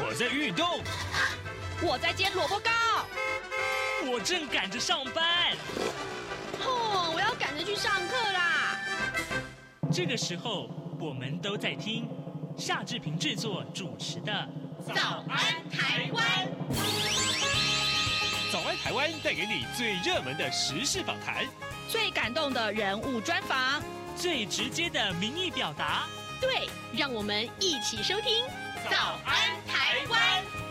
我在运动， 我在煎萝卜糕， 我正赶着上班。 我要赶着去上课啦。 这个时候，我们都在听夏志平制作主持的《 早安台湾》。 早安台湾带给你最热门的时事访谈， 最感动的人物专访， 最直接的民意表达。 对，让我们一起收听《早安台湾》。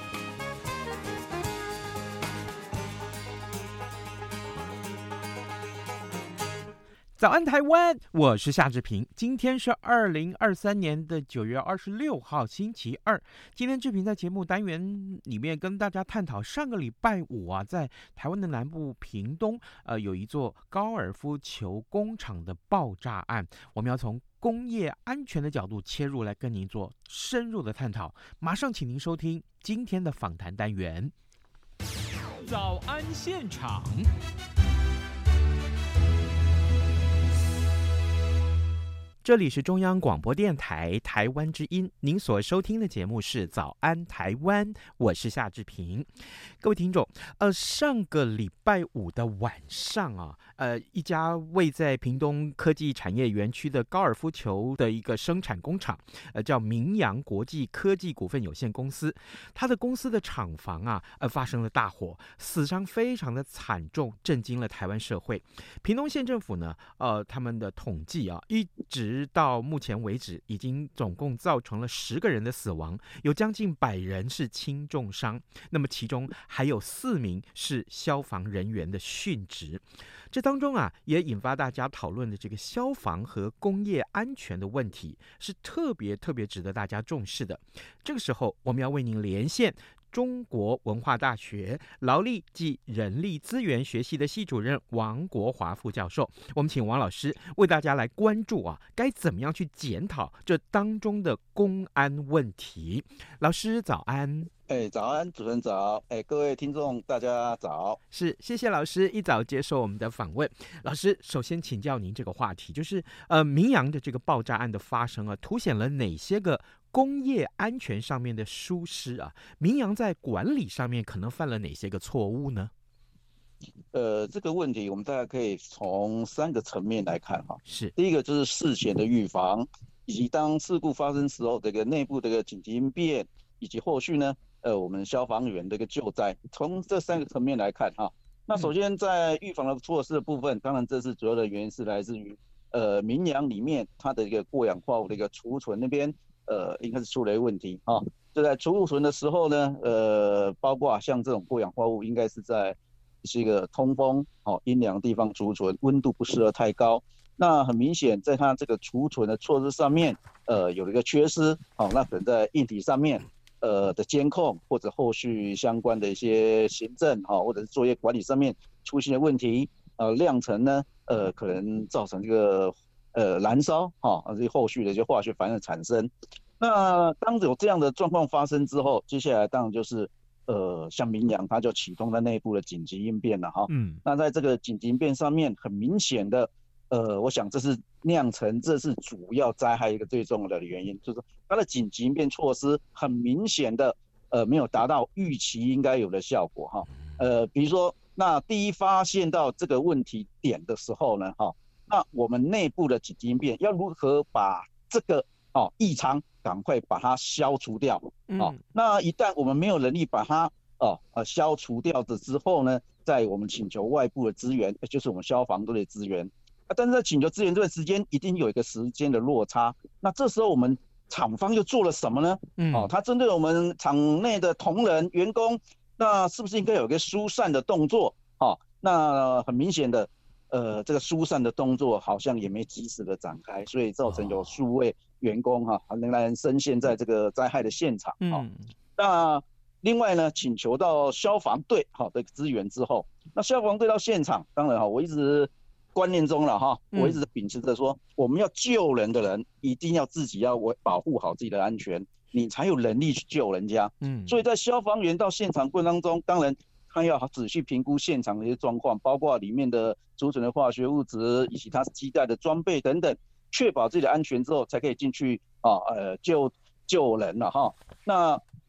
早安台湾，我是夏志平。今天是2023年9月26号，星期二。今天志平在节目单元里面跟大家探讨上个礼拜五啊，在台湾的南部屏东，有一座高尔夫球工厂的爆炸案。我们要从工业安全的角度切入，来跟您做深入的探讨。马上请您收听今天的访谈单元。早安现场。这里是中央广播电台台湾之音，您所收听的节目是早安台湾，我是夏志平。各位听众，上个礼拜五的晚上啊，一家位在屏东科技产业园区的高尔夫球的一个生产工厂，叫明阳国际科技股份有限公司，它的公司的厂房啊，发生了大火，死伤非常的惨重，震惊了台湾社会。屏东县政府呢，他们的统计啊，一直到目前为止，已经总共造成了10个人的死亡，有将近100人是轻重伤。那么其中还有4名是消防人员的殉职。这当中啊，也引发大家讨论的这个消防和工业安全的问题，是特别值得大家重视的。这个时候，我们要为您连线中国文化大学劳力及人力资源学系的系主任王国华副教授，我们请王老师为大家来关注啊，该怎么样去检讨这当中的公安问题。老师早安。 早安，主持人早。各位听众大家早。 是，谢谢老师一早接受我们的访问。老师，首先请教您这个话题，就是明阳的这个爆炸案的发生啊，凸显了哪些个工业安全上面的疏失啊？明阳在管理上面可能犯了哪些个错误呢？ 这个问题我们大概可以从3个层面来看哈。 是， 第一个就是事前的预防，以及当事故发生时候这个内部的一个紧急应变，以及后续呢，我们消防员的一个救灾，从这3个层面来看哈。那首先在预防的措施的部分，当然这是主要的原因是来自于明阳里面它的一个过氧化物的一个储存那边应该是出了一个问题啊。就在储存的时候呢，包括像这种过氧化物应该是在是一个通风阴凉的地方储存，温度不适合太高。那很明显在它这个储存的措施上面有了一个缺失，那可能在硬体上面的监控，或者后续相关的一些行政或者是作业管理上面出现的问题，酿成呢可能造成这个燃烧这些后续的一些化学反应的产生。那当有这样的状况发生之后，接下来当然就是像明阳它就启动了内部的紧急应变了哈。那在这个紧急应变上面，很明显的我想这是酿成这是主要灾害一个最重要的原因，就是它的紧急应变措施很明显的没有达到预期应该有的效果哈。比如说，那第一发现到这个问题点的时候呢，那我们内部的紧急应变要如何把这个异常赶快把它消除掉？那一旦我们没有能力把它消除掉的之后呢，在我们请求外部的资源，就是我们消防队的资源。但是在请求资源这段时间一定有一个时间的落差，那这时候我们厂方又做了什么呢？他针对我们厂内的同仁员工，那是不是应该有一个疏散的动作？那很明显的这个疏散的动作好像也没及时的展开，所以造成有数位员工仍然深陷在这个灾害的现场。那另外呢，请求到消防队的资源之后，那消防队到现场，当然我一直观念中了我一直秉持着说，我们要救人的人一定要自己要保护好自己的安全，你才有能力去救人家。所以在消防员到现场过程当中，当然他要仔细评估现场的一些状况，包括里面的储存的化学物质以及他携带的装备等等，确保自己的安全之后，才可以进去救人了哈。那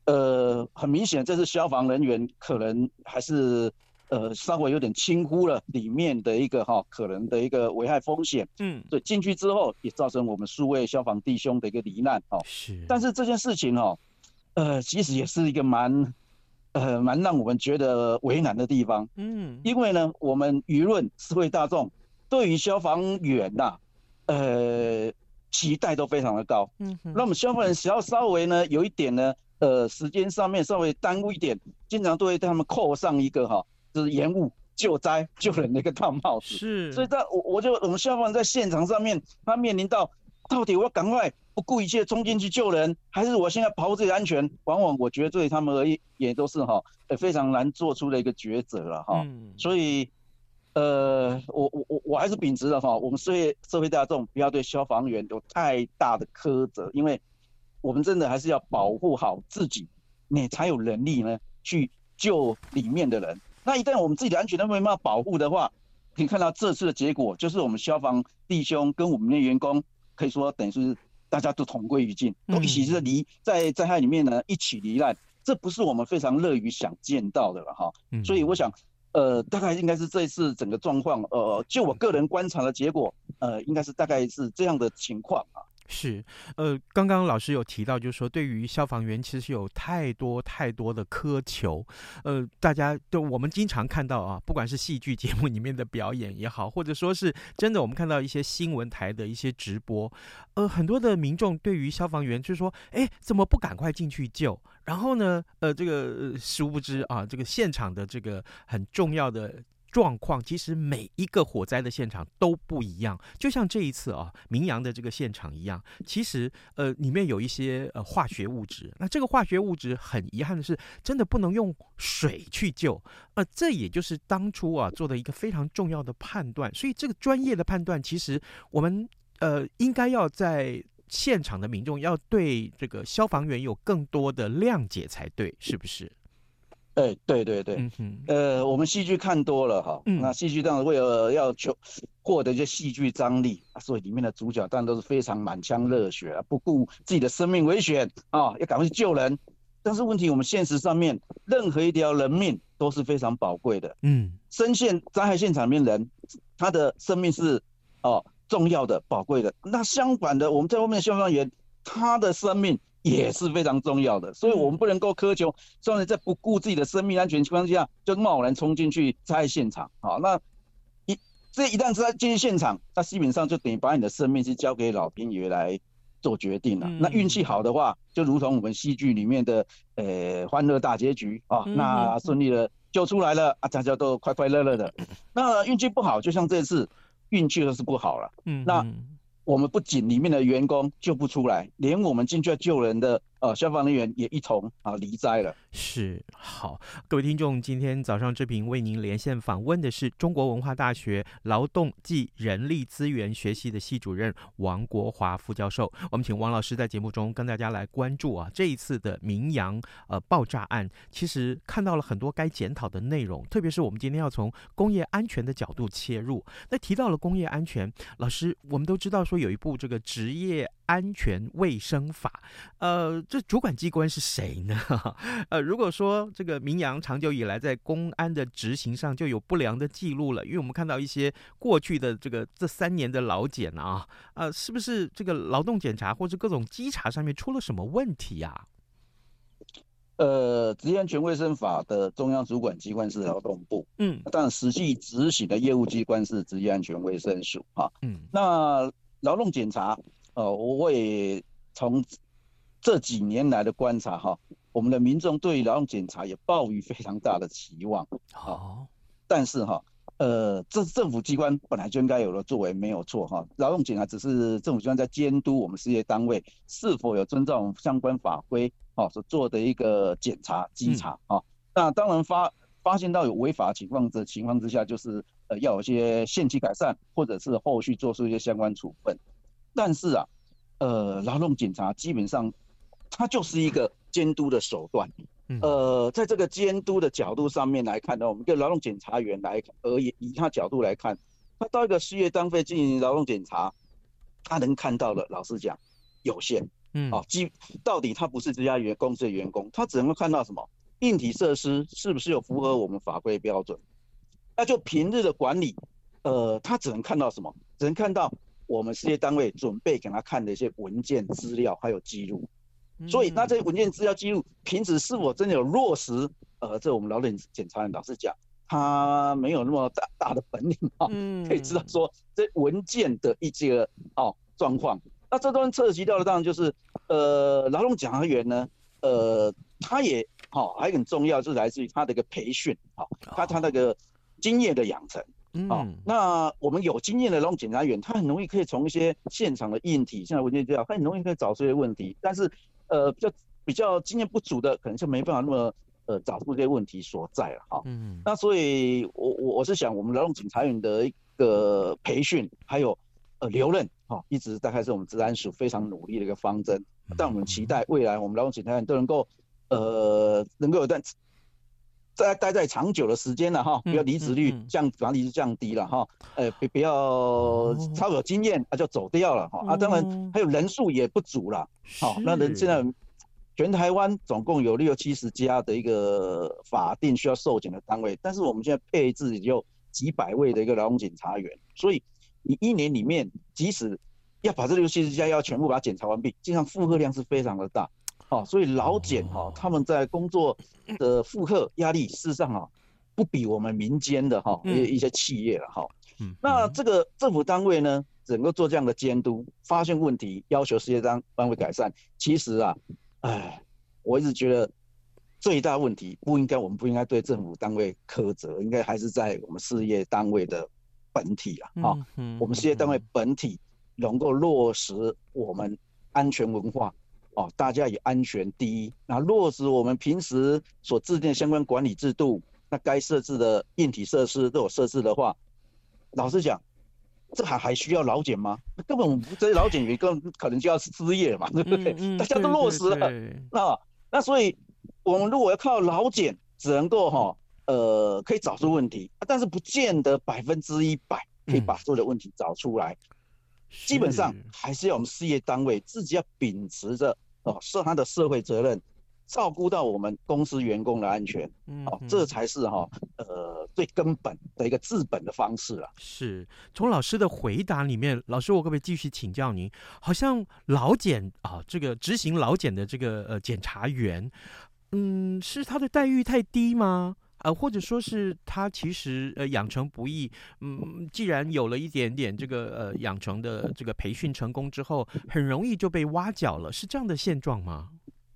很明显这是消防人员可能还是稍微有点轻忽了里面的一个可能的一个危害风险，所以进去之后也造成我们数位消防弟兄的一个罹难是， 但是这件事情其实也是一个蛮让我们觉得为难的地方，因为呢，我们舆论社会大众对于消防员期待都非常的高，那我们消防员只要稍微呢有一点呢，时间上面稍微耽误一点，经常都会对他们扣上一个就是延误救灾救人的一个大帽子。 是， 所以我们消防员在现场上面，他面临到底我要赶快不顾一切冲进去救人，还是我现在保护自己的安全？往往我觉得对他们而言也都是非常难做出的一个抉择了所以我还是秉持了我们社会大众不要对消防员有太大的苛责，因为我们真的还是要保护好自己，你才有能力呢去救里面的人。那一旦我们自己的安全都没办法保护的话，可以看到这次的结果就是我们消防弟兄跟我们的员工可以说等于是大家都同归于尽，都一起在灾害里面呢一起罹难，这不是我们非常乐于想见到的了所以我想大概应该是这一次整个状况就我个人观察的结果应该是大概是这样的情况是，刚刚老师有提到，就是说对于消防员其实有太多的苛求，大家我们经常看到不管是戏剧节目里面的表演也好，或者说是真的我们看到一些新闻台的一些直播，很多的民众对于消防员就是说，怎么不赶快进去救？然后呢，这个殊不知这个现场的这个很重要的状况，其实每一个火灾的现场都不一样，就像这一次明阳的这个现场一样，其实里面有一些化学物质，那这个化学物质很遗憾的是真的不能用水去救，这也就是当初做的一个非常重要的判断，所以这个专业的判断其实我们应该要在现场的民众要对这个消防员有更多的谅解才对，是不是？ 对对对，我们戏剧看多了那戏剧当然为了要获得一些戏剧张力所以里面的主角当然都是非常满腔热血不顾自己的生命危险要赶快去救人。但是问题我们现实上面，任何一条人命都是非常宝贵的。深陷灾害现场里面人，他的生命是重要的、宝贵的。那相反的，我们在外面的消防员，他的生命也是非常重要的，所以我们不能够苛求消防员在不顾自己的生命安全情况下，就贸然冲进去灾害现场。那一旦进去现场，那基本上就等于把你的生命是交给老天爷来做决定了。那运气好的话，就如同我们戏剧里面的欢乐大结局那顺利的救出来了大家都快快乐乐的。那运气不好，就像这次运气都是不好了。那我们不仅里面的员工救不出来，连我们进去救人的消防人员也一同离灾了。 是，好，各位听众，今天早上这频为您连线访问的是中国文化大学劳动暨人力资源学系的系主任王国华副教授。我们请王老师在节目中跟大家来关注这一次的明阳爆炸案，其实看到了很多该检讨的内容，特别是我们今天要从工业安全的角度切入。那提到了工业安全，老师，我们都知道说有一部这个职业安全卫生法，这主管机关是谁呢？如果说这个明阳长久以来在公安的执行上就有不良的记录了，因为我们看到一些过去的这3年的劳检是不是这个劳动检查或者各种稽查上面出了什么问题啊？ 职业安全卫生法的中央主管机关是劳动部，当然实际执行的业务机关是职业安全卫生署那劳动检查我也从这几年来的观察我们的民众对于劳动检查也抱于非常大的期望但是这政府机关本来就应该有的作为没有错劳动检查只是政府机关在监督我们事业单位是否有遵照相关法规所做的一个检查稽查那当然发现到有违法情况之下，就是要有一些限期改善，或者是后续做出一些相关处分。但是劳动检查基本上它就是一个监督的手段。在这个监督的角度上面来看呢，我们跟劳动检查员而言，以他角度来看，他到一个事业单位进行劳动检查，他能看到的，老实讲有限。 到底他不是这家公司的员工，他只能够看到什么硬体设施是不是有符合我们法规标准。那就平日的管理，他只能看到什么？只能看到我们事业单位准备给他看的一些文件资料还有记录。所以那这些文件资料记录平时是否真的有落实？这我们劳动检查员老实讲，他没有那么大的本领可以知道说这文件的一些状况。那这段涉及到的当然就是劳动检查员呢，他也还很重要，就是来自于他的一个培训，他那个经验的养成。那我们有经验的劳动检查员，他很容易可以从一些现场的硬体，像文件资料，他很容易可以找出一些问题。但是比较经验不足的，可能就没办法那么找出这些问题所在了那所以我是想，我们劳动检查员的一个培训还有留任一直大概是我们治安署非常努力的一个方针。但我们期待未来我们劳动检查员都能够有待在长久的时间了不要离职率把离职降低了不要超有经验就走掉了当然还有人数也不足了那人现在全台湾总共有60-70家的一个法定需要受检的单位，但是我们现在配置也有几百位的一个劳动检查员，所以你一年里面即使要把这60-70家要全部把它检查完毕，经常负荷量是非常的大所以劳检他们在工作的负荷压力事实上不比我们民间的一些企业了那这个政府单位呢，只能够做这样的监督，发现问题，要求事业单位改善。其实我一直觉得最大问题我们不应该对政府单位苛责，应该还是在我们事业单位的本体我们事业单位本体能够落实我们安全文化大家以安全第一，那落实我们平时所制定的相关管理制度，那该设置的硬体设施都有设置的话，老实讲，这还需要劳检吗？根本我们这些劳检员可能就要失业了嘛，对不对？大家都落实了，那所以我们如果要靠劳检，只能够可以找出问题，但是不见得100%可以把所有的问题找出来。基本上还是要我们事业单位自己要秉持着他的社会责任，照顾到我们公司员工的安全，这才是最根本的一个治本的方式了。 是从老师的回答里面，老师我可不可以继续请教您？好像劳检这个执行劳检的这个检察员，是他的待遇太低吗？或者说是他其实养成不易，既然有了一点点这个养成的这个培训成功之后，很容易就被挖角了，是这样的现状吗？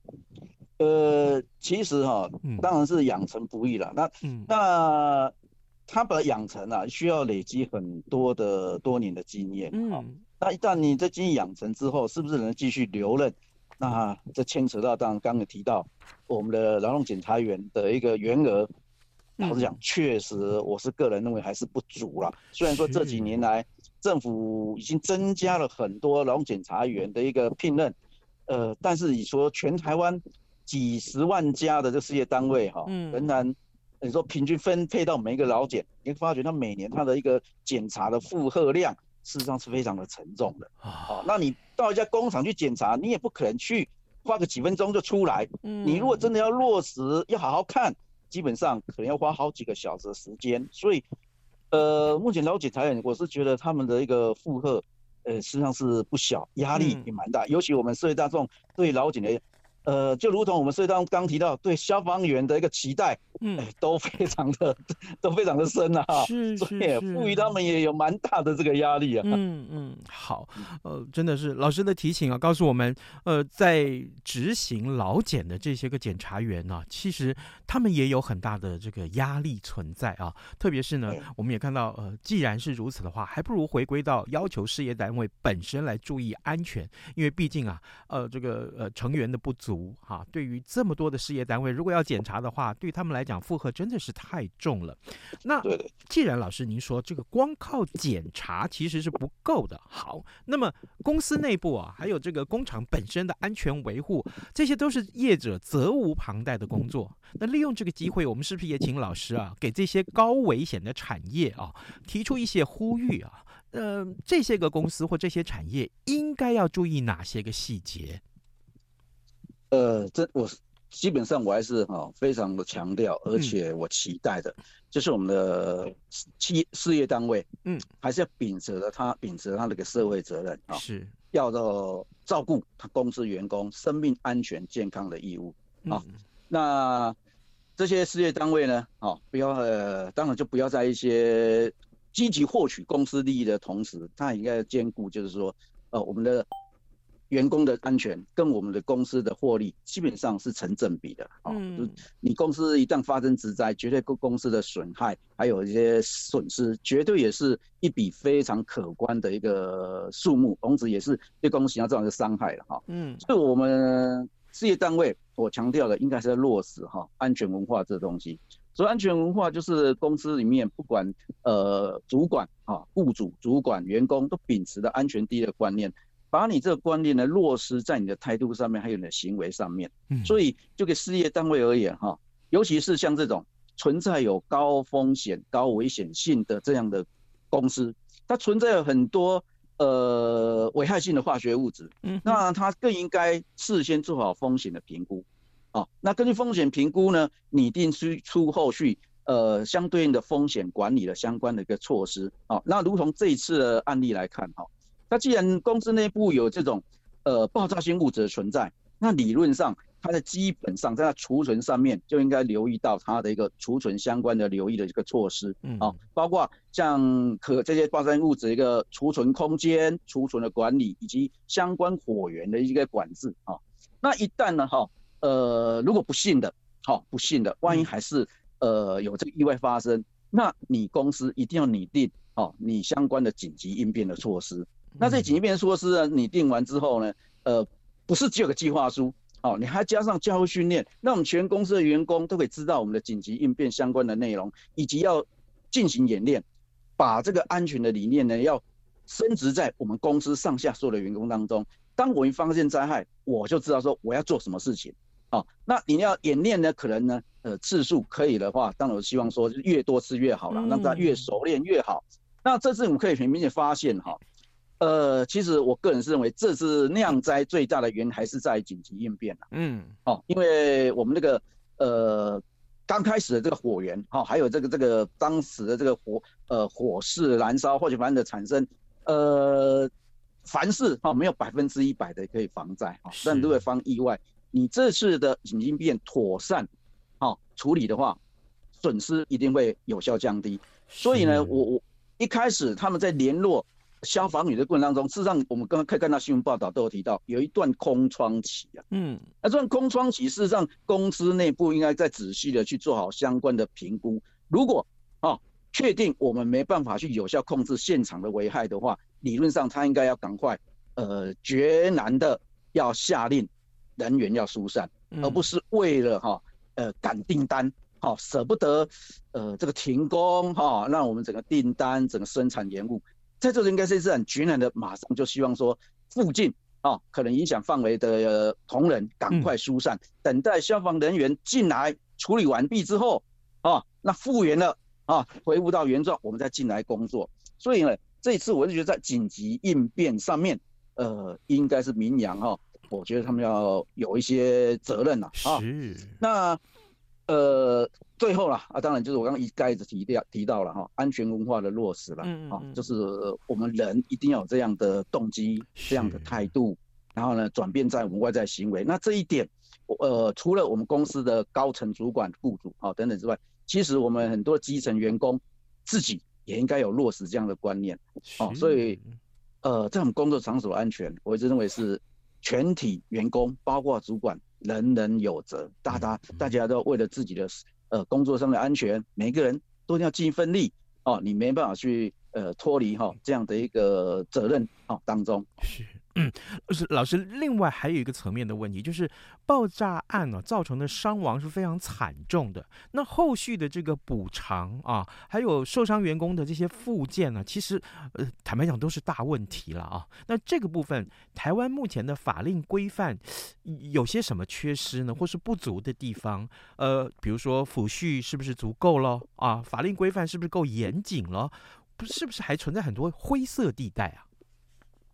其实当然是养成不易了。那他把养成需要累积很多年的经验那一旦你这经验养成之后，是不是能继续留任？那这牵扯到刚刚提到我们的劳动检察员的一个员额。老实讲，确实我是个人认为还是不足啦。虽然说这几年来政府已经增加了很多劳动检察员的一个聘任，但是你说全台湾几十万家的这事业单位仍然你说平均分配到每一个劳检，你会发觉他每年他的一个检查的负荷量事实上是非常的沉重的那你到一家工厂去检查，你也不可能去花个几分钟就出来你如果真的要落实要好好看，基本上可能要花好几个小时的时间，所以目前劳检察员我是觉得他们的一个负荷实际上是不小，压力也蛮大，尤其我们社会大众对劳检的就如同我们社会大众刚提到对消防员的一个期待都非常的深所以赋予他们也有蛮大的这个压力好真的是老师的提醒告诉我们在执行劳检的这些个检察员其实他们也有很大的这个压力存在特别是呢我们也看到既然是如此的话，还不如回归到要求事业单位本身来注意安全，因为毕竟这个成员的不足对于这么多的事业单位，如果要检查的话，对他们来讲负荷真的是太重了。那既然老师您说这个光靠检查其实是不够的，好，那么公司内部还有这个工厂本身的安全维护，这些都是业者责无旁贷的工作。那利用这个机会，我们是不是也请老师给这些高危险的产业提出一些呼吁这些个公司或这些产业应该要注意哪些个细节？ 我基本上我还是非常的强调，而且我期待的，就是我们的事业单位，还是要秉持他那个社会责任是要照顾他公司员工生命安全健康的义务那这些事业单位呢，不要当然就不要在一些积极获取公司利益的同时，他应该兼顾，就是说，我们的员工的安全跟我们的公司的获利基本上是成正比的。就你公司一旦发生职灾，绝对公司的损害还有一些损失，绝对也是一笔非常可观的一个数目，同时也是对公司要造成伤害了所以我们事业单位，我强调的应该是要落实安全文化这东西。所以安全文化就是公司里面不管主管雇主、主管、员工都秉持的安全第一的观念，把你这个观念呢落实在你的态度上面，还有你的行为上面。所以就给事业单位而言尤其是像这种存在有高风险、高危险性的这样的公司，它存在有很多危害性的化学物质，那它更应该事先做好风险的评估。那根据风险评估呢，拟定出后续相对应的风险管理的相关的一个措施。那如同这一次的案例来看那既然公司内部有这种爆炸性物质的存在，那理论上它的基本上在它储存上面就应该留意到它的一个储存相关的留意的一个措施包括像这些爆炸性物质的一个储存空间、储存的管理以及相关火源的一个管制那一旦呢如果不幸的，万一还是有这个意外发生，那你公司一定要拟定你相关的紧急应变的措施。那这紧急应变措施呢，拟定完之后呢，不是只有个计划书，你还加上教育训练，让我们全公司的员工都可以知道我们的紧急应变相关的内容，以及要进行演练，把这个安全的理念呢，要深植在我们公司上下所有的员工当中。当我一发现灾害，我就知道说我要做什么事情。那你要演练呢，可能呢，次数可以的话，当然我希望说越多次越好了，让它越熟练越好。那这次我们可以很明显发现其实我个人是认为，这次酿灾最大的原因还是在紧急应变因为我们那个刚开始的这个火源还有这个当时的这个火势燃烧或者反正的产生凡事没有100%的可以防灾但如果防意外。你这次的紧急应变妥善处理的话，损失一定会有效降低。所以呢，我一开始他们在联络消防员的过程当中，事实上我们刚刚可以看到新闻报道都有提到，有一段空窗期那这段空窗期事实上公司内部应该再仔细的去做好相关的评估。如果确定我们没办法去有效控制现场的危害的话，理论上他应该要赶快决然的要下令人员要疏散，而不是为了赶订单舍不得这个停工让我们整个订单整个生产延误。在这应该是很决然的，马上就希望说附近可能影响范围的同仁赶快疏散，等待消防人员进来处理完毕之后那复原了恢复到原状，我们再进来工作。所以呢，这一次我就觉得在紧急应变上面应该是明扬我觉得他们要有一些责任那最后啦当然就是我刚刚一概提到了安全文化的落实了就是我们人一定要有这样的动机、这样的态度，然后呢转变在我们外在行为。那这一点除了我们公司的高层主管、雇主等等之外，其实我们很多基层员工自己也应该有落实这样的观念所以在我们工作场所的安全，我一直认为是全体员工包括主管人人有责，大家都为了自己的工作上的安全，每个人都要尽一份力你没办法去脱离这样的一个责任当中。 老师，另外还有一个层面的问题，就是爆炸案造成的伤亡是非常惨重的。那后续的这个补偿还有受伤员工的这些复健其实坦白讲都是大问题了那这个部分，台湾目前的法令规范有些什么缺失呢，或是不足的地方？比如说抚恤是不是足够了法令规范是不是够严谨了？是不是还存在很多灰色地带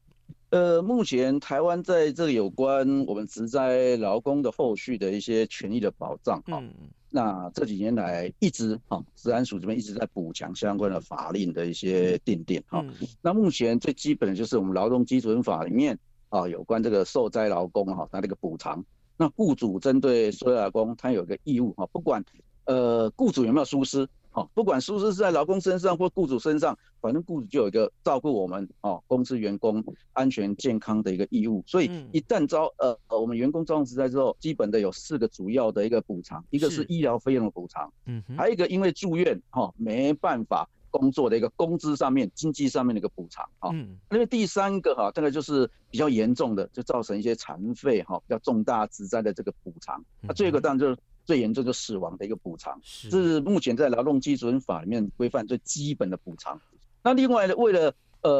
目前台湾在这个有关我们职灾劳工的后续的一些权益的保障，那这几年来一直治安署这边一直在补强相关的法令的一些订定那目前最基本的就是我们劳动基准法里面有关这个受灾劳工它这个补偿，那雇主针对受灾劳工他有一个义务不管雇主有没有疏失。不管疏失是在劳工身上或雇主身上，反正雇主就有一个照顾我们公司员工安全健康的一个义务。所以一旦我们员工遭受职灾之后，基本的有4个主要的一个补偿，一个是医疗费用的补偿，还有一个因为住院没办法工作的一个工资上面、经济上面的一个补偿因为第3个大概就是比较严重的，就造成一些残废比较重大职灾的这个补偿。那最后一个当然就是最严重就死亡的一个补偿，这是目前在劳动基准法里面规范最基本的补偿。那另外呢，为了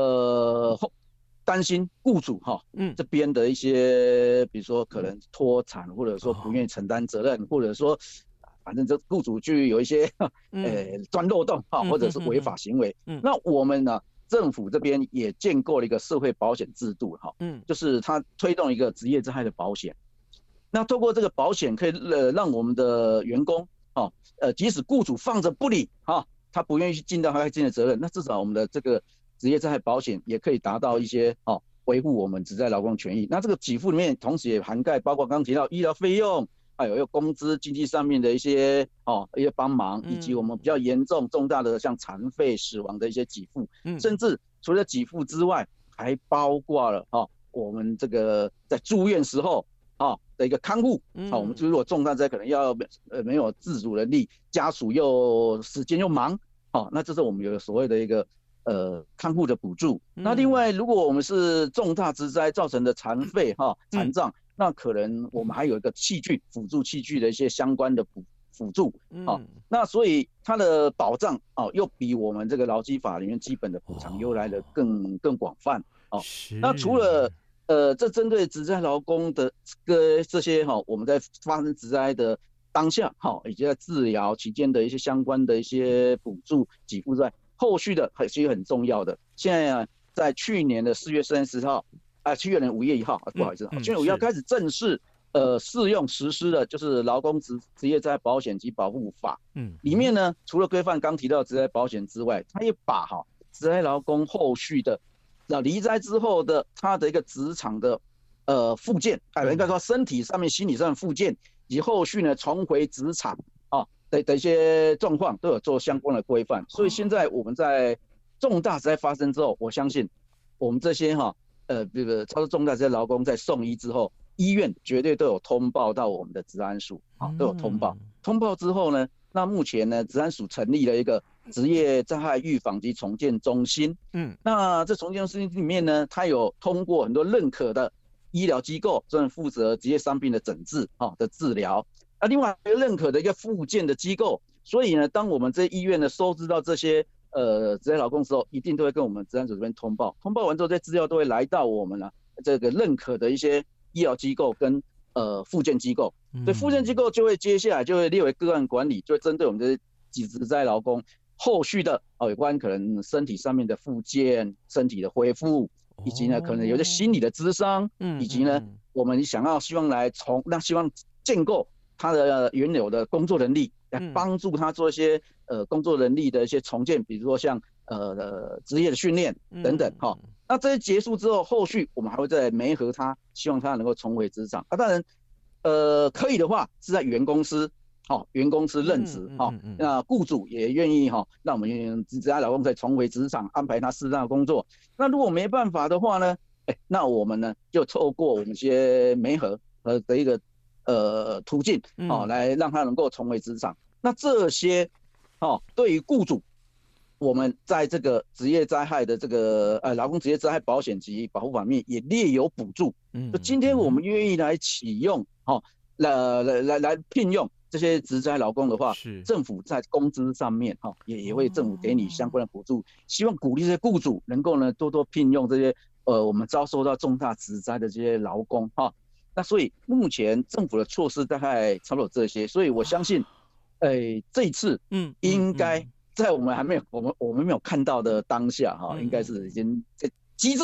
担心雇主这边的一些，比如说可能脱产，或者说不愿意承担责任，或者说反正这雇主就有一些钻漏洞或者是违法行为，那我们呢政府这边也建构了一个社会保险制度就是它推动一个职业灾害的保险。那透过这个保险，可以让我们的员工即使雇主放着不理他不愿意去尽到他该尽的责任，那至少我们的这个职业灾害保险也可以达到一些维护我们职灾劳工权益。那这个给付里面，同时也涵盖包括刚刚提到医疗费用，还有工资、经济上面的一些帮忙，以及我们比较严重重大的像残废、死亡的一些给付，甚至除了给付之外，还包括了我们这个在住院时候的一个看护我们如果重大灾可能要没有自主能力，家属又时间又忙那这是我们有所谓的一个看护的补助。那另外，如果我们是重大职灾造成的残废残障，那可能我们还有一个器具辅助器具的一些相关的辅助那所以它的保障又比我们这个劳基法里面基本的补偿又来得更广泛那除了这针对职灾劳工的这些我们在发生职灾的当下以及在治疗期间的一些相关的一些补助给付之外，后续的其实很重要的，现在在去年的4月30号去年5月1号不好意思去年5月开始正式适用实施的就是劳工职业灾害保险及保护法里面呢，除了规范刚提到的职灾保险之外，它也把职灾劳工后续的离灾之后的他的一个职场的复健应该说身体上面心理上的复健，以及后续呢重回职场的一些状况都有做相关的规范。所以现在我们在重大职灾发生之后，我相信我们这些这个超重大职灾劳工在送医之后，医院绝对都有通报到我们的职安署都有通报之后呢，那目前呢职安署成立了一个职业灾害预防及重建中心那这重建中心里面呢，它有通过很多认可的医疗机构，专门负责职业伤病的诊治的治疗另外还有认可的一个复健的机构。所以呢，当我们这医院呢收知到这些职灾劳工的时候，一定都会跟我们职安署这边通报完之后，这些资料都会来到我们这个认可的一些医疗机构跟复健机构，所以复健机构就会接下来就会列为个案管理，就会针对我们这些职灾劳工后续的有关可能身体上面的复健、身体的恢复，以及呢可能有些心理的咨商，以及呢我们希望建构他的原有的工作能力，来帮助他做一些工作能力的一些重建，比如说像职业的训练等等那这些结束之后，后续我们还会再媒合他，希望他能够重回职场当然可以的话是在原公司任职那雇主也愿意让我们职灾劳工再重回职场，安排他适当的工作。那如果没办法的话呢那我们呢就透过我们一些媒合的一个途径来让他能够重回职场。那这些对于雇主，我们在这个职业灾害的这个劳工职业灾害保险及保护法面也列有补助就今天我们愿意来启用来聘用这些职灾劳工的话，政府在工资上面也会政府给你相关的补助，希望鼓励这些雇主能够呢多多聘用这些我们遭受到重大职灾的这些劳工那所以目前政府的措施大概差不多这些，所以我相信这一次应该在我们没有看到的当下应该是已经这机制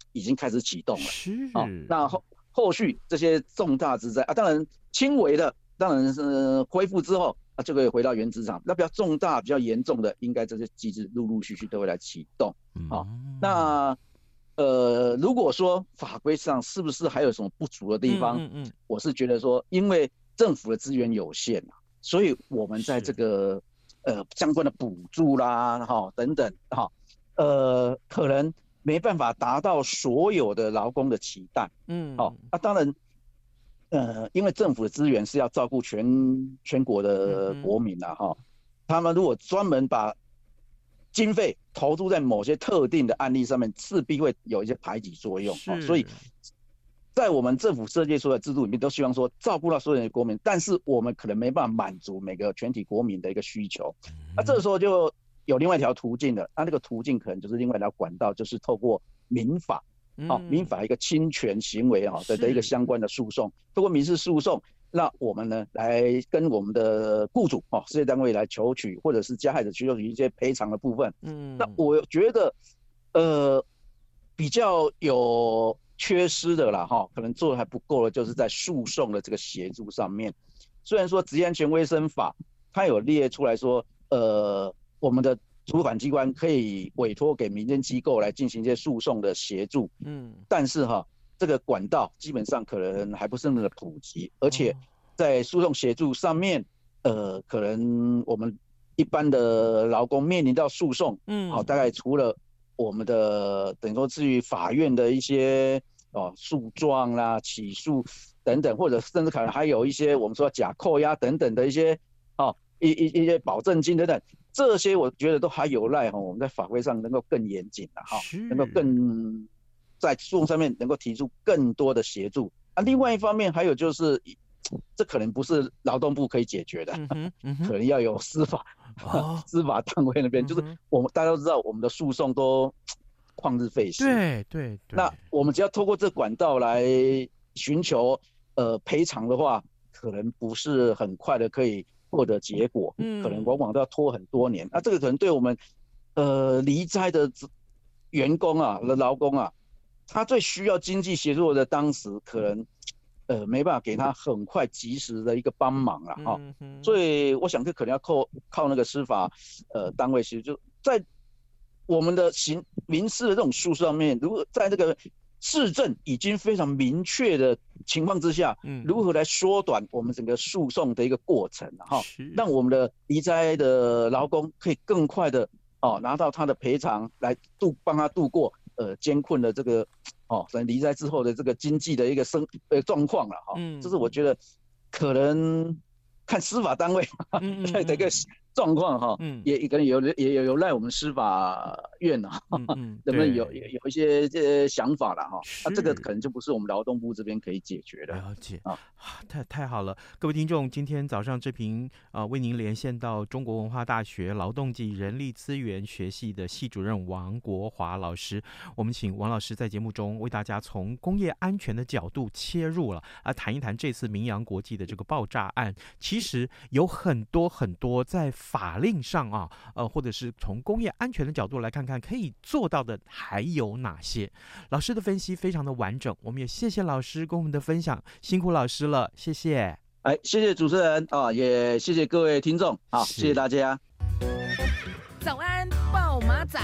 已经开始启动了。 是， 那后续这些重大之灾啊，当然轻微的，当然是恢复之后啊就可以回到原职场。那比较重大、比较严重的，应该这些机制陆陆续续都会来启动。那如果说法规上是不是还有什么不足的地方？我是觉得说，因为政府的资源有限啊，所以我们在这个相关的补助啦，等等可能没办法达到所有的劳工的期待。当然，因为政府的资源是要照顾全国的国民啦，他们如果专门把经费投注在某些特定的案例上面，势必会有一些排挤作用。所以在我们政府设计出的制度里面，都希望说照顾到所有的国民，但是我们可能没办法满足每个全体国民的一个需求。这个时候就有另外一条途径的，那这个途径可能就是另外一条管道，就是透过民法，民法一个侵权行为的一个相关的诉讼，透过民事诉讼，那我们呢来跟我们的雇主事业单位来求取，或者是加害者求取一些赔偿的部分。那我觉得比较有缺失的啦，可能做的还不够的，就是在诉讼的这个协助上面。虽然说职业安全卫生法它有列出来说，我们的主管机关可以委托给民间机构来进行一些诉讼的协助，但是这个管道基本上可能还不是那么的普及，而且在诉讼协助上面，可能我们一般的劳工面临到诉讼，大概除了我们的等于说至于法院的一些诉状啦、起诉等等，或者甚至可能还有一些我们说假扣押等等的一些一些保证金等等，这些我觉得都还有赖我们在法规上能够更严谨的能够更在诉讼上面能够提出更多的协助啊。另外一方面还有就是，这可能不是劳动部可以解决的，可能要有司法单位那边，就是我们大家都知道我们的诉讼都旷日费时， 对， 那我们只要透过这管道来寻求赔偿的话，可能不是很快的可以获得结果，可能往往都要拖很多年。那这个可能对我们离灾的员工劳工他最需要经济协助的当时，可能没办法给他很快及时的一个帮忙啦，所以我想这可能要靠那个司法单位，其实就在我们的民事的这种诉讼上面，如果在这个事证已经非常明确的情况之下，如何来缩短我们整个诉讼的一个过程让我们的离灾的劳工可以更快的拿到他的赔偿，来帮他度过艰困的这个离灾之后的这个经济的一个状况了这是我觉得可能看司法单位的一个状况也可能有赖我们司法院能不能有一些想法了那这个可能就不是我们劳动部这边可以解决的。 了解太好了，各位听众，今天早上这频为您连线到中国文化大学劳动及人力资源学系的系主任王国华老师，我们请王老师在节目中为大家从工业安全的角度切入了谈一谈这次明阳国际的这个爆炸案，其实有很多在法令上或者是从工业安全的角度来看看可以做到的还有哪些。老师的分析非常的完整，我们也谢谢老师跟我们的分享，辛苦老师了，谢谢。 谢谢主持人也谢谢各位听众，谢谢大家。 早安暴马仔。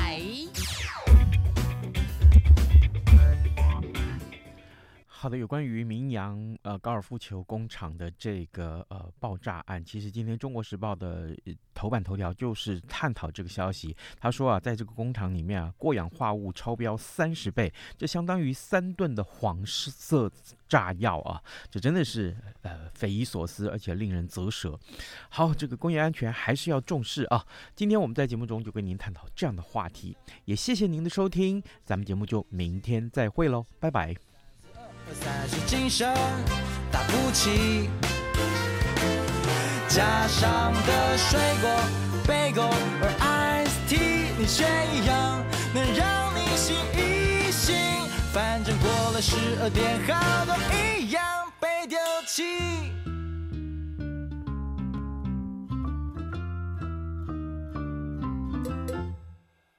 好的，有关于明阳高尔夫球工厂的这个爆炸案，其实今天《中国时报》的头版头条就是探讨这个消息。他说在这个工厂里面过氧化物超标30倍，这相当于3吨的黄色炸药这真的是匪夷所思，而且令人啧舌。好，这个工业安全还是要重视今天我们在节目中就跟您探讨这样的话题，也谢谢您的收听，咱们节目就明天再会喽，拜拜。 30精神打不起，加上的水果贝果而 Ice Tea， 你却一样能让你醒一醒，反正过了12点好都一样被丢弃。